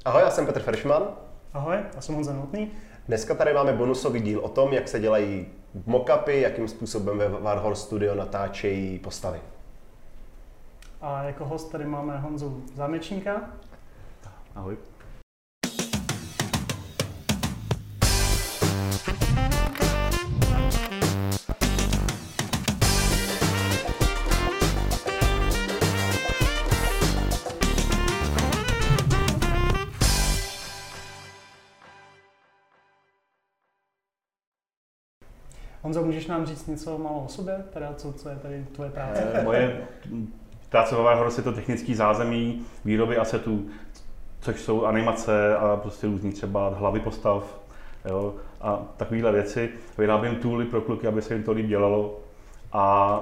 Ahoj, já jsem Petr Feršman. Ahoj, já jsem Honza Novotný. Dneska tady máme bonusový díl o tom, jak se dělají mock-upy, jakým způsobem ve Warhol Studio natáčejí postavy. A jako host tady máme Honzu Zámečníka. Ahoj. Honzo, můžeš nám říct něco málo o sobě? Teda co je tady tvoje práce? Moje práce ve Warholu je to technický zázemí výroby asetů, což jsou animace a prostě různý třeba hlavy postav, jo, a takovéhle věci. Vyrábím tooly pro kluky, aby se jim to líp dělalo. A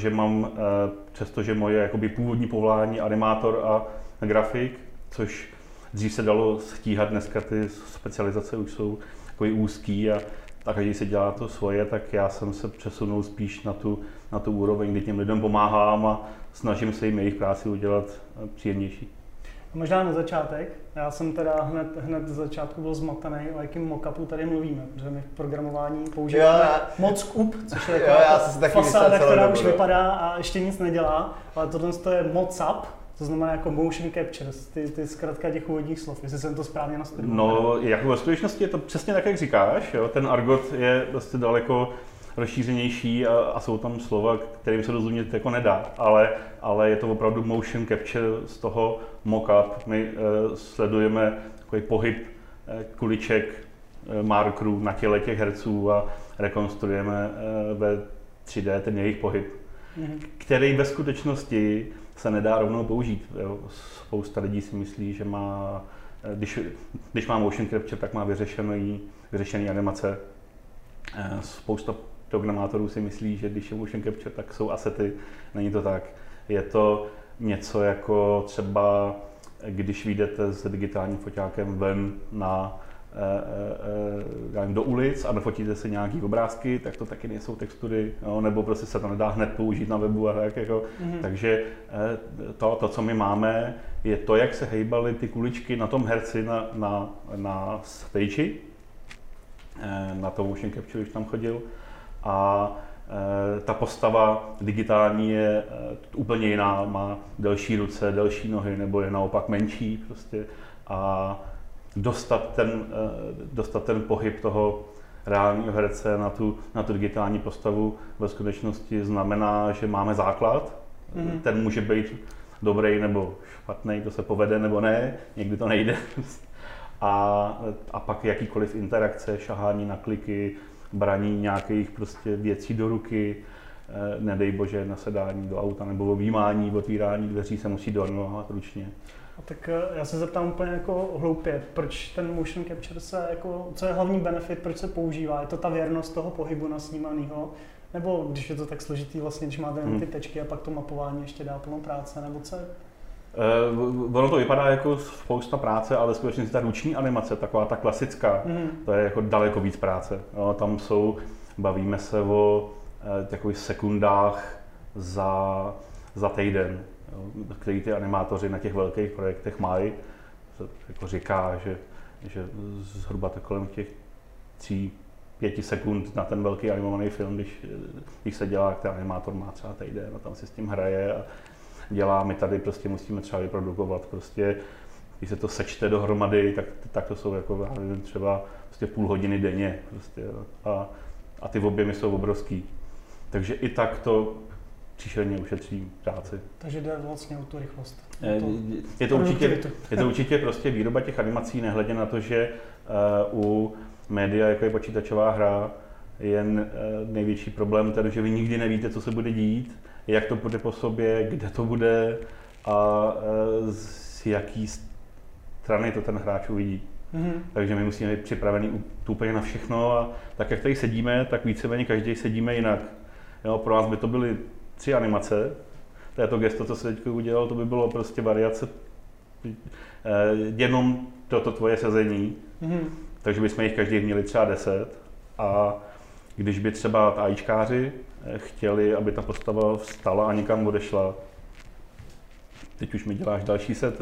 přestože moje jakoby původní povolání animátor a grafik, což dřív se dalo stíhat, dneska ty specializace už jsou takový úzký a každý si dělá to svoje, tak já jsem se přesunul spíš na tu úroveň, kdy těm lidem pomáhám a snažím se jim jejich práci udělat příjemnější. Možná na začátek. Já jsem teda hned z začátku byl zmatený, o jakém mockupu tady mluvíme, protože my v programování používáme mock-up, což je taková fasáda, která už vypadá a ještě nic nedělá, ale tohle je mock-up. To znamená jako motion capture, ty zkrátka těch úvodních slov, jestli jsem to správně nastudoval. No, jako ve skutečnosti je to přesně tak, jak říkáš, jo? Ten argot je prostě daleko rozšířenější a jsou tam slova, kterým se rozumět jako nedá, ale je to opravdu motion capture z toho mock-up. My sledujeme takový pohyb kuliček, markerů na těle těch herců a rekonstruujeme ve 3D ten jejich pohyb, který ve skutečnosti se nedá rovnou použít. Jo. Spousta lidí si myslí, že má, když má motion capture, tak má vyřešený animace. Spousta programátorů si myslí, že když je motion capture, tak jsou asety. Není to tak. Je to něco jako třeba, když vyjdete s digitálním foťákem ven do ulic a nafotíte si nějaký obrázky, tak to taky nejsou textury, jo, nebo prostě se to nedá hned použít na webu a tak jako. Takže to, co my máme, je to, jak se hejbaly ty kuličky na tom herci na stage, na tom motion capture, když tam chodil. A ta postava digitální je úplně jiná, má delší ruce, delší nohy, nebo je naopak menší prostě. A dostat ten pohyb toho reálního herce na tu digitální postavu ve skutečnosti znamená, že máme základ. Ten může být dobrý nebo špatný, to se povede nebo ne, někdy to nejde. A pak jakýkoliv interakce, šahání na kliky, braní nějakých prostě věcí do ruky, nedej bože nasedání do auta nebo objímání, otvírání dveří se musí doanulovat ručně. A tak já se zeptám úplně jako hloupě, proč ten motion capture co je hlavní benefit, proč se používá? Je to ta věrnost toho pohybu nasnímaného? Nebo když je to tak složitý vlastně, když máte ty tečky a pak to mapování ještě dá plnou práce, nebo co? Ono to vypadá jako spousta práce, ale skutečně ta ruční animace, taková ta klasická, to je jako daleko víc práce. Jo, tam bavíme se o takových sekundách za týden, jo, který ty animátoři na těch velkých projektech mají. Jako říká, že zhruba to kolem těch 3-5 sekund na ten velký animovaný film, když se dělá, ten animátor má třeba týden a tam si s tím hraje a dělá, my tady prostě musíme třeba vyprodukovat, prostě, když se to sečte dohromady, tak to jsou jako třeba prostě půl hodiny denně prostě, a ty objemy jsou obrovský. Takže i tak to příšerně ušetří práci. Takže jde vlastně o tu rychlost. Je to určitě prostě výroba těch animací, nehledě na to, že u média, jako je počítačová hra, je největší problém ten, že vy nikdy nevíte, co se bude dít, jak to bude po sobě, kde to bude a z jaký strany to ten hráč uvidí. Takže my musíme být připraveni úplně na všechno a tak, jak tady sedíme, tak víceméně každý sedíme jinak. Jo, pro nás by to byly 3 animace, to je to gesto, co se teď udělal, to by bylo prostě variace jenom toto tvoje sezení, takže bychom jich každý měli třeba 10 a když by třeba AIčkáři chtěli, aby ta postava vstala a někam odešla, Teď už mi děláš další set.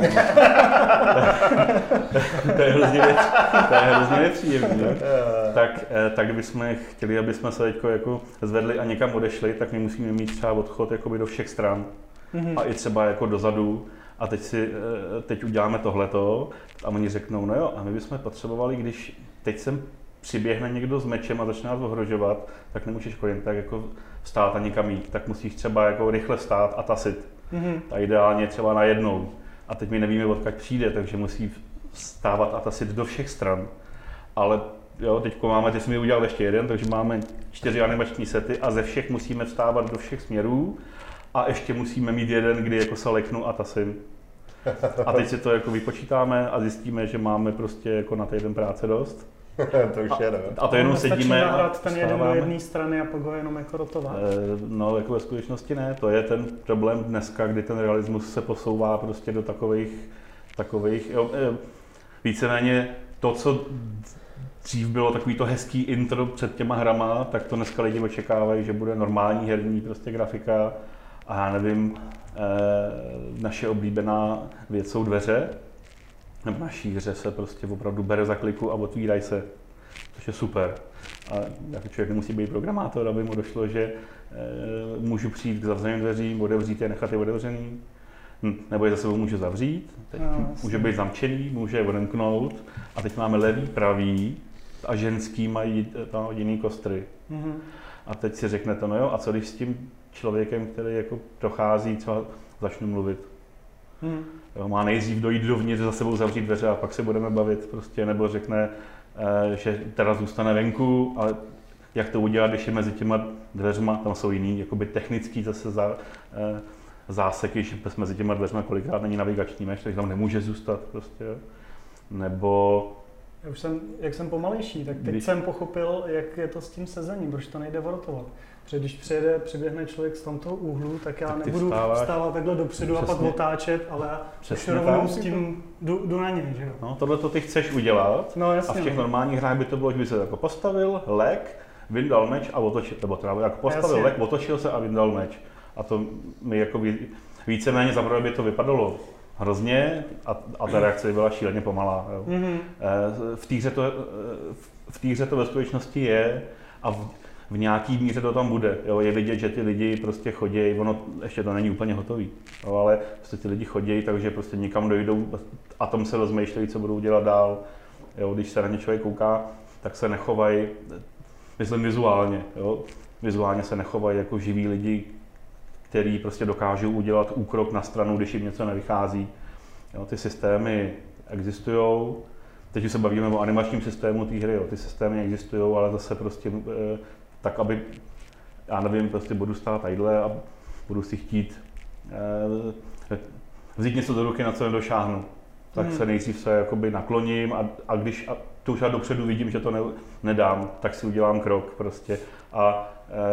To je hrozně nepříjemné. Tak bychom chtěli, aby jsme se teď jako zvedli a někam odešli, tak my musíme mít třeba odchod jakoby do všech stran. A i třeba jako dozadu. A teď uděláme tohleto a oni řeknou, no jo, a my bychom potřebovali, když teď sem přiběhne někdo s mečem a začne nás ohrožovat, tak nemůžeš jen tak jako vstát a někam jít, tak musíš třeba jako rychle vstát a tasit. A ideálně třeba najednou. A teď my nevíme, odkud přijde, takže musí vstávat a tasit do všech stran. Ale jo, teďko máme, ty jsi mi udělal ještě jeden, takže máme 4 animační sety a ze všech musíme vstávat do všech směrů. A ještě musíme mít jeden, kdy jako se leknu a tasím. A teď si to jako vypočítáme a zjistíme, že máme prostě jako na týden práce dost. To už je, no. A to jenom sedíme a nahrát ten jeden do jedné strany a pak ho jenom jako rotovat. No, jako ve skutečnosti ne. To je ten problém dneska, kdy ten realismus se posouvá prostě do takových víceméně to, co dřív bylo takový to hezký intro před těma hrama, tak to dneska lidi očekávají, že bude normální herní prostě grafika. A já nevím, naše oblíbená věc jsou dveře. V naší hře se prostě opravdu bere za kliku a otvírají se, což je super. A jako člověk nemusí být programátor, aby mu došlo, že můžu přijít k zavřeným dveřím, otevřít je, nechat je otevřený, nebo je za sebou můžu zavřít, teď může být zamčený, může je odemknout a teď máme levý, pravý a ženský mají jiný kostry. A teď si řeknete, no jo, a co když s tím člověkem, který jako prochází, třeba začnu mluvit. Jo, má nejdřív dojít dovnitř, za sebou zavřít dveře a pak se budeme bavit prostě, nebo řekne, že teda zůstane venku, ale jak to udělat, když je mezi těma dveřma, tam jsou jiný, jakoby technický zase záseky, že mezi těma dveřma kolikrát není navigační meč, takže tam nemůže zůstat prostě, nebo... Jak jsem pomalejší, tak teď jsem pochopil, jak je to s tím sezením, protože to nejde rotovat. Protože když přiběhne člověk z tomto úhlu, tak já nebudu vstávat takhle dopředu přesně, a pak otáčet, ale já už rovnou s tím jdu na něj, že jo? No, tohle to ty chceš udělat, no, jasně, a v těch normálních hrách by to bylo, že by se jako postavil, lek, vyndal meč a otočil, nebo teda jako postavil lek, otočil se a vyndal meč. A to mi jako víceméně zaprvé by to vypadalo hrozně a ta reakce byla šíleně pomalá. Jo. V té hře to ve skutečnosti je a v nějaký míře to tam bude. Jo. Je vidět, že ty lidi prostě chodí, ono ještě to není úplně hotový, jo, ale prostě ty lidi chodí, takže prostě někam dojdou a tom se rozmýšlejí, co budou dělat dál. Jo. Když se na ně člověk kouká, tak se nechovají, myslím vizuálně, jo. Vizuálně se nechovají jako živí lidi, který prostě dokážou udělat úkrok na stranu, když jim něco nevychází. Jo, ty systémy existují. Teď už se bavíme o animačním systému té hry. Jo. Ty systémy existují, ale zase prostě tak, aby, já nevím, prostě budu stát tadyhle a budu si chtít vzít něco do ruky, na co nedošáhnu. Tak se nejdřív se jakoby nakloním a když to už já dopředu vidím, že to nedám, tak si udělám krok prostě. A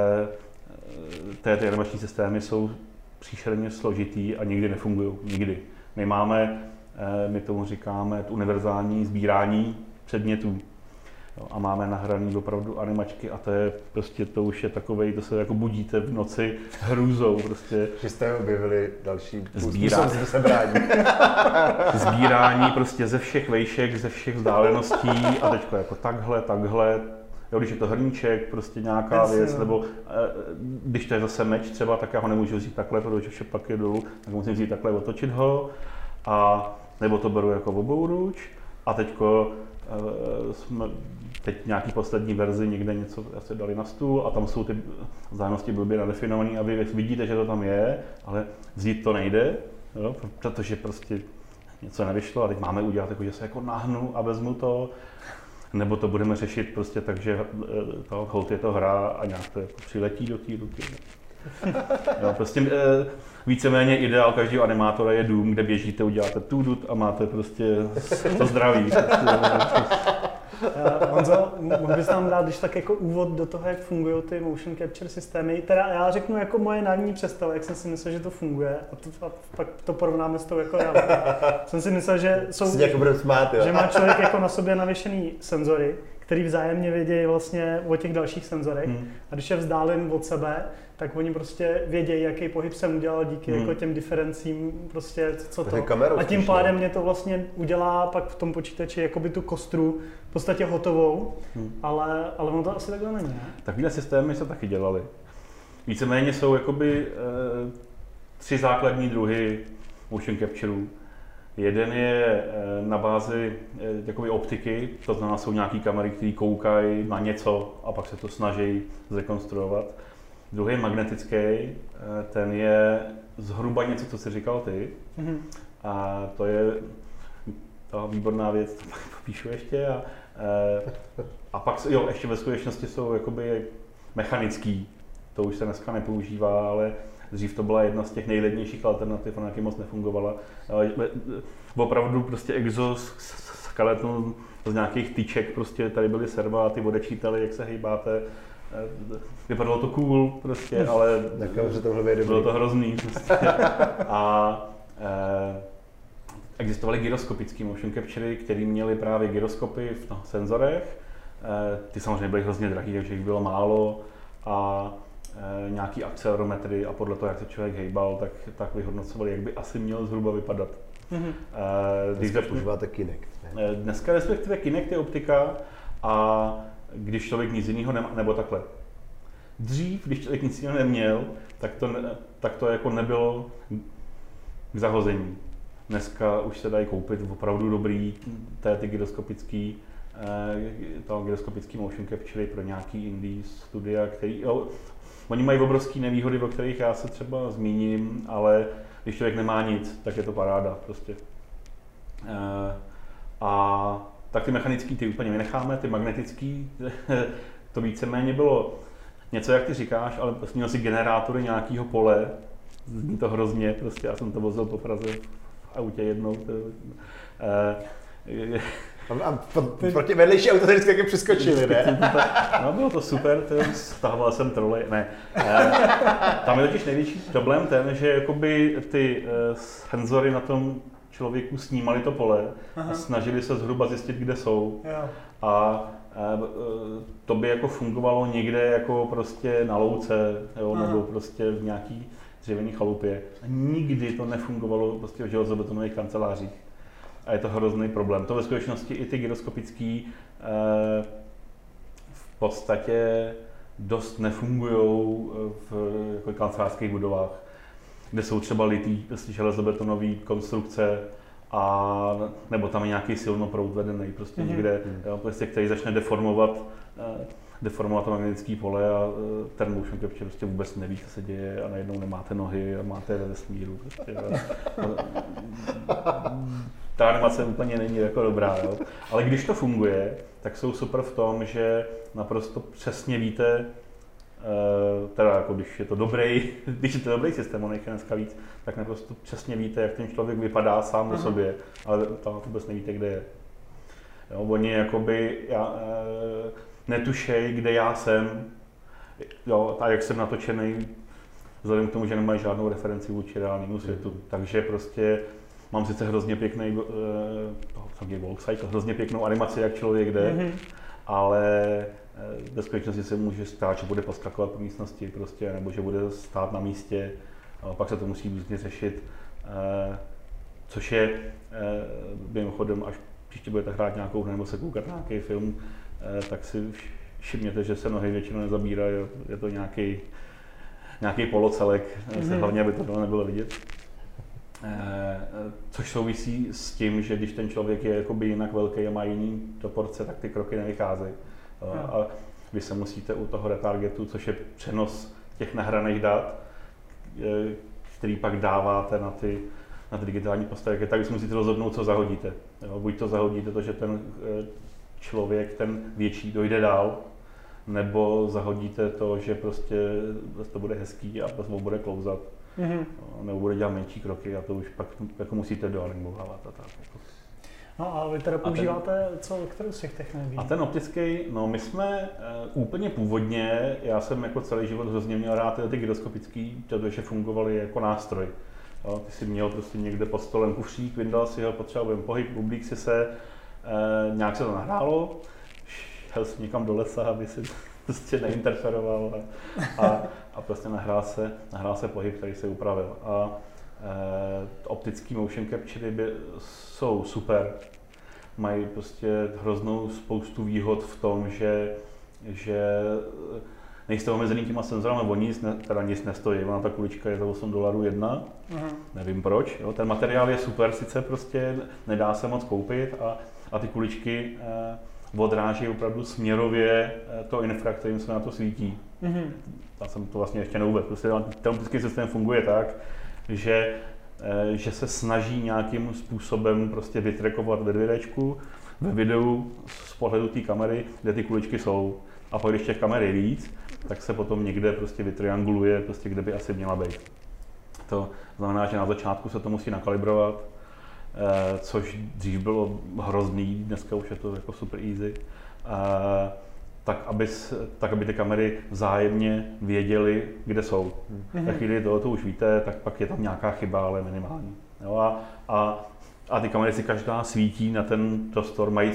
ty animační systémy jsou příšerně složitý a nikdy nefungují. Nikdy. My tomu říkáme univerzální sbírání předmětů. Jo, a máme nahraný opravdu animačky a to je prostě, to už je takovej, to se jako budíte v noci hrůzou prostě. Že jste objevili další způsob sebrání. Sbírání prostě ze všech vejšek, ze všech vzdáleností a teďko jako takhle. Jo, když je to hrníček, prostě nějaká věc, nebo když to je zase meč třeba, tak já ho nemůžu vzít takhle, protože vše pak je dolů, tak musím vzít takhle, otočit ho, a nebo to beru jako obouruč a teďko jsme teď nějaký poslední verzi někde něco asi dali na stůl a tam jsou ty vzájemnosti blbě nadefinované a vy vidíte, že to tam je, ale vzít to nejde, jo, protože prostě něco nevyšlo a teď máme udělat, jako, že se jako nahnu a vezmu to. Nebo to budeme řešit prostě tak, že holt je to hra a nějak to jako přiletí do té ruky. Jo, prostě víceméně ideál každého animátora je dům, kde běžíte, uděláte tudut a máte prostě to zdraví. Honzo, mohl bys nám dát, když tak jako úvod do toho, jak fungují ty motion capture systémy. Teda já řeknu jako moje naivní představa, jak jsem si myslel, že to funguje a pak to porovnáme s tou jako realitou. Jsem si myslel, že jsou, jako smát, že má člověk jako na sobě navěšený senzory, který vzájemně vědějí vlastně o těch dalších senzorech. A když je vzdálím od sebe, tak oni prostě vědějí, jaký pohyb jsem udělal díky jako těm diferencím, prostě co to. A tím pádem mě to vlastně udělá pak v tom počítači jakoby tu kostru v podstatě hotovou, ale ono to asi takhle není, ne? Takovýhle systémy se taky dělaly. Víceméně jsou jakoby 3 základní druhy motion captureů. Jeden je na bázi jakoby optiky, to znamená, jsou nějaké kamery, které koukají na něco a pak se to snaží zrekonstruovat. Druhý je magnetický, ten je zhruba něco, co jsi říkal ty. A to je ta výborná věc, to pak popíšu ještě. A pak jo, ještě ve skutečnosti jsou jakoby mechanický, to už se dneska nepoužívá, ale dřív to byla jedna z těch nejlevnějších alternativ, ona taky moc nefungovala. Opravdu prostě exoskeleton z nějakých tyček, prostě tady byly serva a ty odečítali, jak se hejbáte. Vypadalo to cool prostě, ale bylo to hrozný. Prostě. A existovaly gyroskopické motion captury, které měly právě gyroskopy v senzorech. Ty samozřejmě byly hrozně drahý, takže jich bylo málo. A nějaký akcelerometry a podle toho, jak se člověk hejbal, tak vyhodnocovali, jak by asi měl zhruba vypadat. Dneska používáte Kinect. Dneska respektive Kinect je optika a když člověk nic jiného nemá, nebo takhle. Dřív, když člověk nic jiného neměl, tak to jako nebylo k zahození. Dneska už se dají koupit opravdu dobrý ty gyroskopický motion capture pro nějaký indie studia, který oni mají obrovské nevýhody, o kterých já se třeba zmíním, ale když člověk nemá nic, tak je to paráda prostě. A tak ty mechanický ty úplně vynecháme, ty magnetický, to víceméně bylo něco, jak ty říkáš, ale měl si generátory nějakého pole, zní to hrozně, prostě já jsem to vozil po Praze v autě jednou. A proti vedlejší auto se vždycky přeskočili, ne? No, bylo to super, stahoval jsem troly, ne. Tam je totiž největší problém ten, že jakoby ty senzory na tom člověku snímali to pole a snažili se zhruba zjistit, kde jsou. A to by jako fungovalo někde jako prostě na louce, jo, nebo prostě v nějaký dřevěný chalupě. A nikdy to nefungovalo prostě v železobetonových kancelářích. A je to hrozný problém. To ve skutečnosti i ty gyroskopický v podstatě dost nefungují v jako kancelářských budovách, kde jsou třeba litý železobetonové konstrukce a nebo tam je nějaký silnoproud vedený prostě někde, jo, prostě, který začne deformovat to magnetické pole a ten motion capture prostě vůbec neví, co se děje a najednou nemáte nohy a máte ve vesmíru. Prostě, ta animace úplně není jako dobrá, jo. Ale když to funguje, tak jsou super v tom, že naprosto přesně víte, teda jako když je to dobrý systém, on je dneska víc, tak naprosto přesně víte, jak ten člověk vypadá sám o sobě, ale tam vůbec nevíte, kde je. Jo, oni jakoby netušejí, kde já jsem, jo, a jak jsem natočený, vzhledem k tomu, že nemají žádnou referenci vůči reálnému světu. Takže prostě mám sice hrozně pěkný hrozně pěknou animaci, jak člověk jde, ale ve skutečnosti se může stát, že bude poskakovat po místnosti prostě, nebo že bude stát na místě, a pak se to musí různě řešit, což je mimochodem, až příště budete hrát nějakou nebo se koukat na nějaký film, tak si všimněte, že se nohy většinou nezabírají, je to nějaký polocelek, hlavně aby to nebylo vidět. Což souvisí s tím, že když ten člověk je jakoby jinak velký a má jiný proporce, tak ty kroky nevycházejí. A vy se musíte u toho retargetu, což je přenos těch nahraných dat, který pak dáváte na ty digitální postavy, tak vy si musíte rozhodnout, co zahodíte. Jo, buď to zahodíte to, že ten člověk, ten větší, dojde dál, nebo zahodíte to, že prostě to bude hezký a to bude klouzat. Nebo bude dělat menší kroky a to už pak jako musíte doanimovávat a tak. No a vy teda používáte kterou z těch technologií? A ten optický, no my jsme úplně původně, já jsem jako celý život hrozně měl rád ty gyroskopický, protože fungovaly jako nástroj. Jo, ty si měl prostě někde pod stolem kufřík, vyndal si ho, potřeboval pohyb, ublík si se, nějak se to nahrálo, šel si někam do lesa, aby si prostě neinterferoval a prostě nahrál se pohyb, který se upravil. A optický motion capture jsou super, mají prostě hroznou spoustu výhod v tom, že nejste omezený těma senzorama, oni nic nestojí, ona ta kulička je za $8 jedna, nevím proč, jo. Ten materiál je super, sice prostě nedá se moc koupit a ty kuličky odráží opravdu směrově to infra, kterým se na to svítí. Já jsem to vlastně ještě neuvedl, prostě ten optický systém funguje tak, že se snaží nějakým způsobem prostě vytrekovat ve 2Dčku, ve videu z pohledu té kamery, kde ty kuličky jsou. A pak když těch kamer je víc, tak se potom někde prostě vytrianguluje, prostě kde by asi měla být. To znamená, že na začátku se to musí nakalibrovat, což dřív bylo hrozný, dneska už je to jako super easy. Tak aby ty kamery vzájemně věděly, kde jsou. Ve chvíli to už víte, tak pak je tam nějaká chyba, ale minimální. Jo, a ty kamery si každá svítí na ten prostor, mají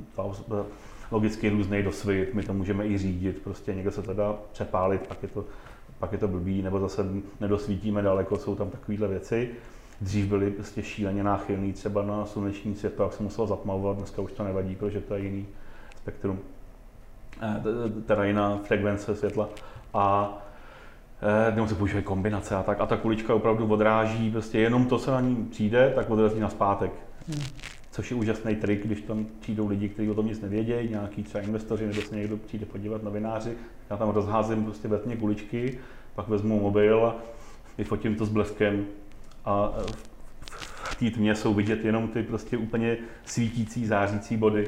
logicky různý dosvit, my to můžeme i řídit, prostě někde se to dá přepálit, pak je to blbý, nebo zase nedosvítíme daleko, jsou tam takovéhle věci. Dřív byly prostě šíleně náchylný třeba na sluneční světlo, jak se muselo zatmavovat, dneska už to nevadí, protože to je jiný spektrum. Teda jiná frekvence světla a nebo se používají kombinace a tak. A ta kulička opravdu odráží prostě jenom to, co na ní přijde, tak odrazí nazpátek. Což je úžasný trik, když tam přijdou lidi, kteří o tom nic nevědějí, nějaký třeba investoři, nebo se někdo přijde podívat, novináři. Já tam rozházím prostě ve tmě kuličky, pak vezmu mobil a vyfotím to s bleskem a v té tmě jsou vidět jenom ty prostě úplně svítící, zářící body.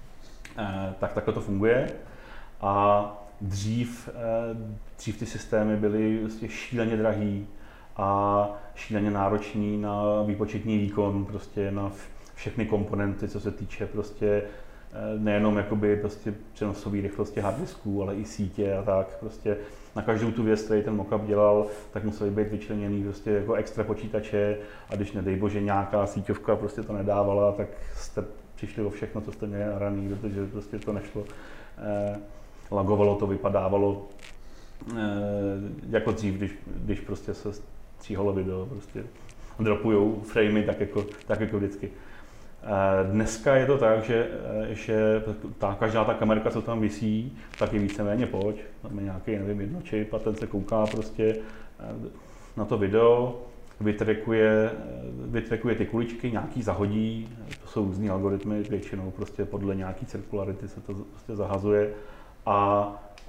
Tak takhle to funguje. A dřív ty systémy byly vlastně šíleně drahý a šíleně náročný na výpočetní výkon, prostě na všechny komponenty, co se týče prostě nejenom jakoby prostě přenosové rychlosti harddisků, ale i sítě a tak. Prostě na každou tu věc, který ten mockup dělal, tak museli být vyčleněný prostě jako extra počítače a když nedej bože nějaká síťovka prostě to nedávala, tak jste přišli o všechno, co jste měli nahraný, protože prostě to nešlo. Lagovalo to, vypadávalo jako dřív, když prostě se stříhalo video, prostě dropujou framey tak jako vždycky. Dneska je to tak, že každá ta kamerka, co tam visí, tak je víceméně ploď. Máme nějaký, nevím, jednočip a ten se kouká prostě na to video, vytrekuje ty kuličky, nějaký zahodí, to jsou různý algoritmy, většinou prostě podle nějaký cirkularity se to prostě zahazuje a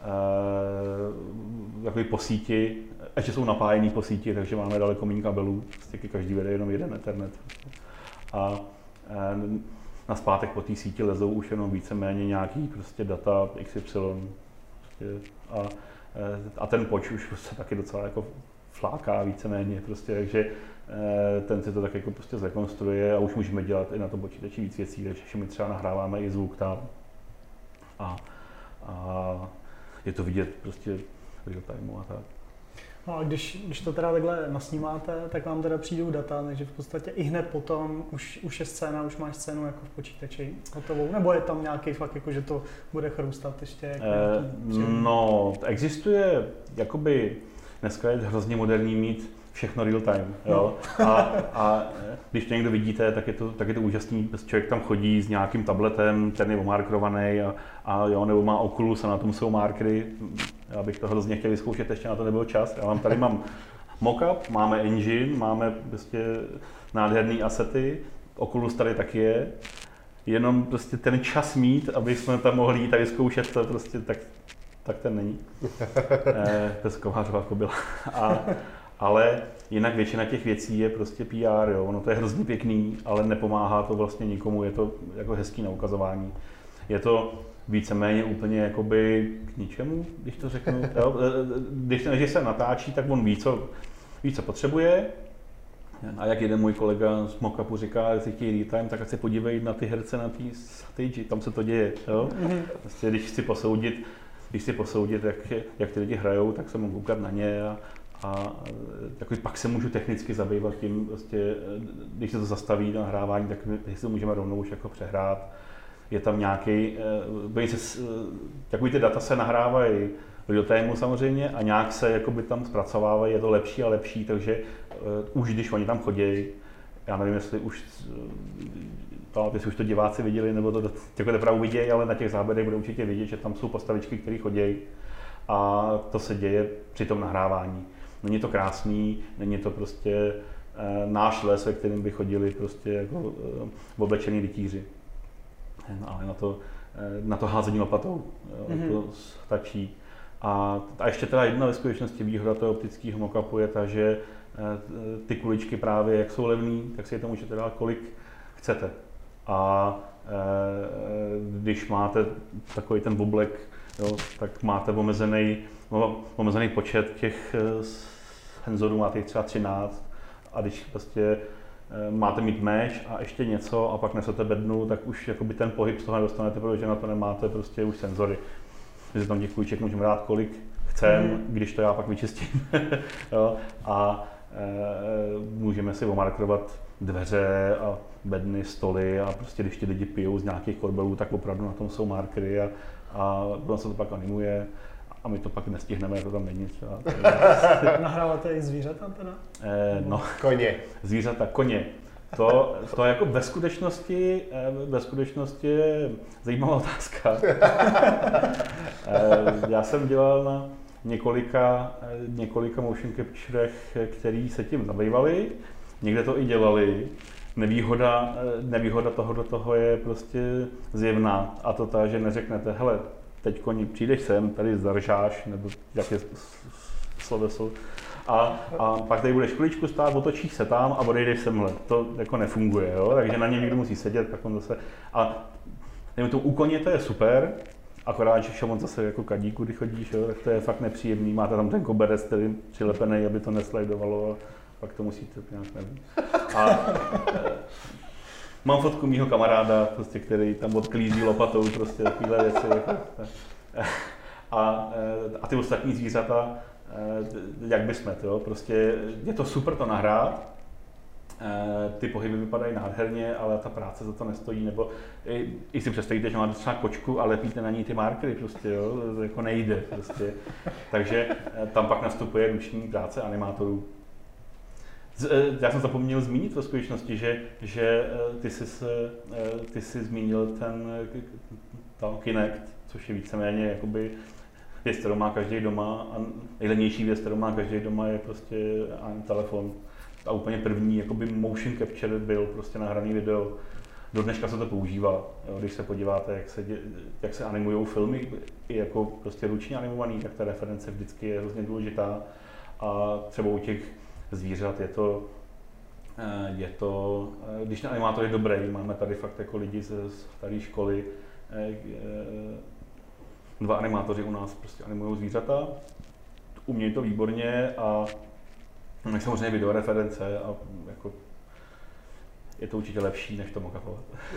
takový po síti, ještě jsou napájený po síti, takže máme daleko méně kabelů, prostě každý vede jenom jeden Ethernet. A na zpátek po té síti lezou už jenom víceméně nějaký prostě data XY prostě, a ten poč už se taky docela jako fláká víceméně prostě, takže ten si to tak jako prostě zrekonstruuje a už můžeme dělat i na tom počítači víc věcí, takže my třeba nahráváme i zvuk tam a je to vidět prostě v real timeu a tak. No a když to teda takhle nasnímáte, tak vám teda přijdou data, takže v podstatě i hned potom už je scéna, už máš scénu jako v počítači hotovou, nebo je tam nějaký fakt jako, že to bude chrůstat ještě? Jako no, existuje, jakoby, dneska je hrozně moderní mít všechno real time, jo? A když to někdo vidíte, tak je to úžasný, člověk tam chodí s nějakým tabletem, ten je omarkerovaný a jo, nebo má Oculus a na tom jsou markery. Já bych to hrozně chtěl vyzkoušet, ještě na to nebyl čas. Tady mám mockup, máme engine, máme prostě nádherný asety, Oculus tady taky je. Jenom prostě ten čas mít, aby jsme tam mohli jít a vyzkoušet to prostě, tak ten není. Bez kovářová kobila. Ale jinak většina těch věcí je prostě PR, jo. Ono to je hrozně pěkný, ale nepomáhá to vlastně nikomu, je to jako hezký na ukazování. Je to víceméně úplně jakoby k ničemu, když to řeknu. Jo. Když se natáčí, tak on ví, co potřebuje. A jak jeden můj kolega z mockupu říká, jestli chtějí real time, tak ať se podívej na ty herce na té stage, tam se to děje. Jo. Vlastně, když chci posoudit, jak ty lidi hrajou, tak se mohu koukat na ně a pak se můžu technicky zabývat tím, prostě, když se to zastaví na nahrávání, tak si to můžeme rovnou už jako přehrát. je tam nějaký, takový ty data se nahrávají do tému samozřejmě a nějak se jakoby tam zpracovávají, je to lepší a lepší, takže už když oni tam chodí, já nevím, jestli už to diváci viděli, nebo to jako teprve uvidějí, ale na těch záběrech budou určitě vidět, že tam jsou postavičky, které chodí a to se děje při tom nahrávání. Není to krásný, není to prostě náš les, ve kterém by chodili prostě jako oblečený rytíři. Ale na to házení lopatou, to stačí. A ještě teda jedna ve skutečnosti výhoda toho optického mockupu je ta, že ty kuličky právě, jak jsou levný, tak si je to můžete dát kolik chcete. A když máte takový ten bublek, jo, tak máte omezený počet těch senzorů, máte jich třeba 13 a když prostě máte mít mesh a ještě něco a pak nesete bednu, tak už jakoby ten pohyb z toho nedostanete, protože na to nemáte prostě už senzory. Takže tam těch kuliček můžeme dát kolik chceme, když to já pak vyčistím. Jo, a můžeme si omarkrovat dveře a bedny, stoly a prostě když ti lidi pijou z nějakých korbelů, tak opravdu na tom jsou markery a se to pak animuje a my to pak nestihneme, jako tam není třeba. Nahráváte i zvířata teda? No, koně. Zvířata, koně. To jako ve skutečnosti je zajímavá otázka. Já jsem dělal na několika motion capturech, který se tím zabývali, někde to i dělali. Nevýhoda toho je prostě zjevná a to ta, že neřeknete, hele, teď koni, přijdeš sem, tady zaržáš, nebo jak je sloveso, a pak tady budeš chviličku stát, otočíš se tam a odejdeš semhle. To jako nefunguje, jo? Takže na něm někdo musí sedět, tak on zase. A u koně to je super, akorát, že šamon zase jako kadíku, když chodíš, jo? Tak to je fakt nepříjemný. Máte tam ten koberec, který přilepený, aby to neslajdovalo, a pak to musíte nějak nevím. Mám fotku mýho kamaráda, prostě, který tam odklízí lopatou, prostě takovéhle věci. Jako, a ty ostatní zvířata, jak bychom, jo? Prostě je to super to nahrát, ty pohyby vypadají nádherně, ale ta práce za to nestojí, nebo i si představíte, že máte třeba kočku a lepíte na ní ty markery, prostě, jo? To jako nejde, prostě. Takže tam pak nastupuje ruční práce animátorů. Já jsem zapomněl zmínit ve skutečnosti, že ty jsi zmínil ten Kinect, což je víceméně jakoby věc, kterou má každý doma a nejlevnější věc, kterou má každý doma, je prostě telefon. A úplně první jakoby motion capture byl prostě nahraný video. Do dneška se to používá, jo, když se podíváte, jak se animují filmy, i jako prostě ručně animovaný, tak ta reference vždycky je hrozně důležitá. A třeba u těch zvířat je to, když ten animátor je dobrý, máme tady fakt jako lidi ze staré školy, 2 animátoři u nás prostě animují zvířata, umějí to výborně a samozřejmě videoreference a jako je to určitě lepší, než to mockupovat.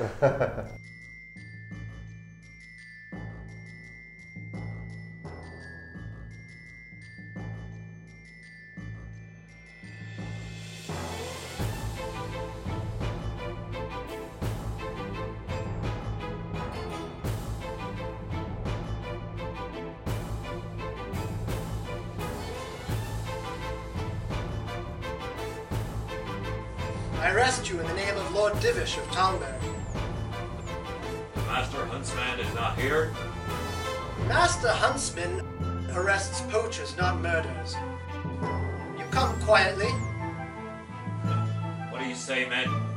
I arrest you in the name of Lord Divish of Tonberry. Master Huntsman is not here? Master Huntsman arrests poachers, not murderers. You come quietly. What do you say, men?